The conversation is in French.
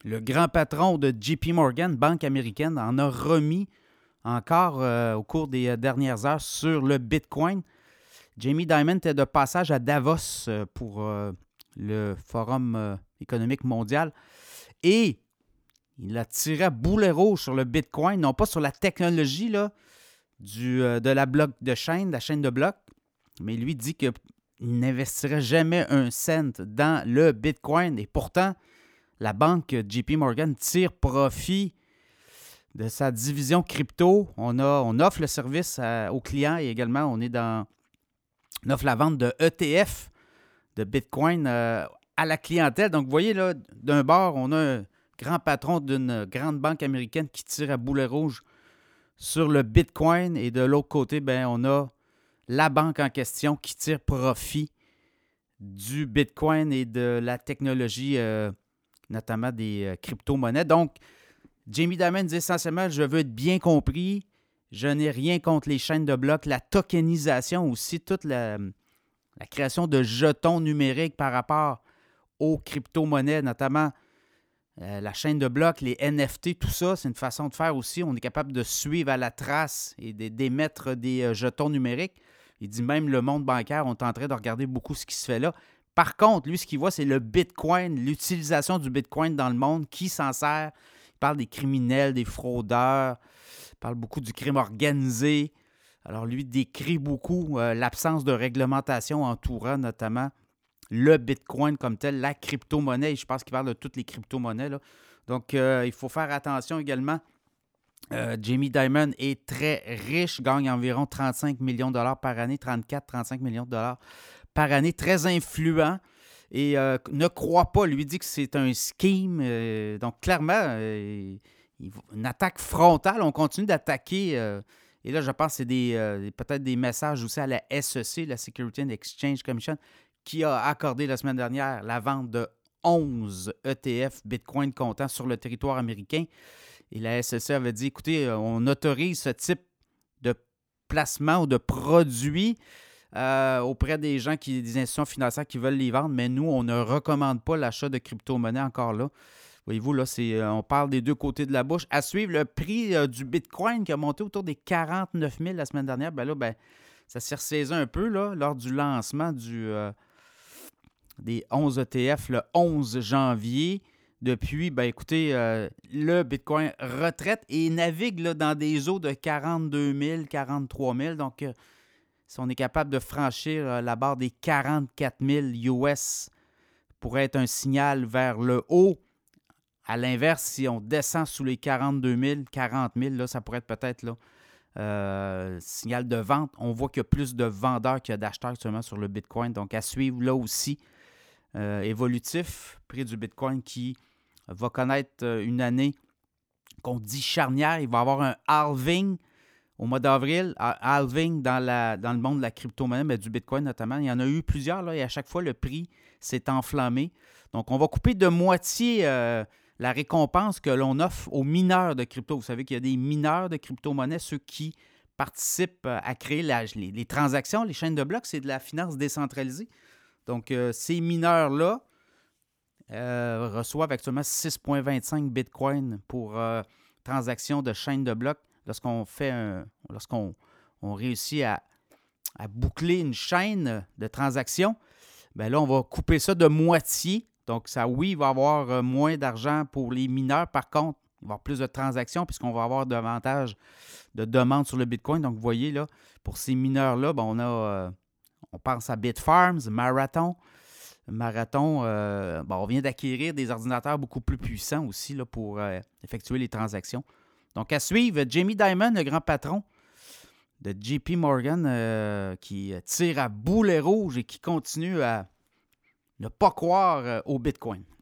Le grand patron de JP Morgan, banque américaine, en a remis encore au cours des dernières heures sur le Bitcoin. Jamie Dimon était de passage à Davos pour le Forum économique mondial et il a tiré à boulet rouge sur le Bitcoin, non pas sur la technologie là, de la bloc de chaîne, la chaîne de blocs, mais lui dit qu'il n'investirait jamais un cent dans le Bitcoin. Et pourtant, la banque JP Morgan tire profit de sa division crypto. On offre le service aux clients et également on offre la vente de ETF, de Bitcoin à la clientèle. Donc, vous voyez, là, d'un bord, on a un grand patron d'une grande banque américaine qui tire à boulet rouge sur le Bitcoin et de l'autre côté, ben, on a la banque en question qui tire profit du Bitcoin et de la technologie, notamment des crypto-monnaies. Donc, Jamie Dimon dit essentiellement, je veux être bien compris, je n'ai rien contre les chaînes de blocs, la tokenisation aussi, toute la création de jetons numériques par rapport aux crypto-monnaies, notamment la chaîne de blocs, les NFT, tout ça, c'est une façon de faire aussi. On est capable de suivre à la trace et d'émettre des jetons numériques. Il dit même le monde bancaire, on est en train de regarder beaucoup ce qui se fait là. Par contre, lui, ce qu'il voit, c'est le Bitcoin, l'utilisation du Bitcoin dans le monde, qui s'en sert. Il parle des criminels, des fraudeurs, il parle beaucoup du crime organisé. Alors, lui décrit beaucoup l'absence de réglementation entourant notamment le Bitcoin comme tel, la crypto-monnaie. Je pense qu'il parle de toutes les crypto-monnaies, là. Donc, il faut faire attention également. Jamie Dimon est très riche, gagne environ 35 millions de dollars par année, 34-35 millions de dollars par année, très influent et ne croit pas, lui dit que c'est un scheme. Donc, clairement, une attaque frontale, on continue d'attaquer. Et là, je pense que c'est peut-être des messages aussi à la SEC, la Security and Exchange Commission, qui a accordé la semaine dernière la vente de 11 ETF Bitcoin comptant sur le territoire américain. Et la SEC avait dit, écoutez, on autorise ce type de placement ou de produit auprès des gens, des institutions financières qui veulent les vendre, mais nous, on ne recommande pas l'achat de crypto-monnaies encore là. Voyez-vous, là, on parle des deux côtés de la bouche. À suivre, le prix du Bitcoin qui a monté autour des 49 000 la semaine dernière, ben là, ça s'est ressaisi un peu là, lors du lancement des 11 ETF le 11 janvier. Depuis, écoutez, le Bitcoin retraite et navigue là, dans des eaux de 42 000, 43 000. Donc, si on est capable de franchir la barre des 44 000 US, pourrait être un signal vers le haut. À l'inverse, si on descend sous les 42 000, 40 000, là, ça pourrait être peut-être là, signal de vente. On voit qu'il y a plus de vendeurs qu'il y a d'acheteurs actuellement sur le Bitcoin. Donc, à suivre là aussi, évolutif, prix du Bitcoin qui va connaître une année qu'on dit charnière. Il va y avoir un halving au mois d'avril, halving dans le monde de la crypto-monnaie, mais du Bitcoin notamment. Il y en a eu plusieurs là, et à chaque fois, le prix s'est enflammé. Donc, on va couper de moitié la récompense que l'on offre aux mineurs de crypto. Vous savez qu'il y a des mineurs de crypto-monnaie, ceux qui participent à créer les transactions, les chaînes de blocs, c'est de la finance décentralisée. Donc, ces mineurs-là reçoivent actuellement 6,25 Bitcoin pour transaction de chaîne de blocs. Lorsqu'on réussit à boucler une chaîne de transactions, bien là, on va couper ça de moitié. Donc, ça, oui, il va y avoir moins d'argent pour les mineurs. Par contre, il va y avoir plus de transactions puisqu'on va avoir davantage de demandes sur le Bitcoin. Donc, vous voyez, là, pour ces mineurs-là, on pense à Bitfarms, Marathon. On vient d'acquérir des ordinateurs beaucoup plus puissants aussi là, pour effectuer les transactions. Donc, à suivre, Jamie Dimon, le grand patron de JP Morgan, qui tire à boulet rouge et qui continue à ne pas croire au Bitcoin.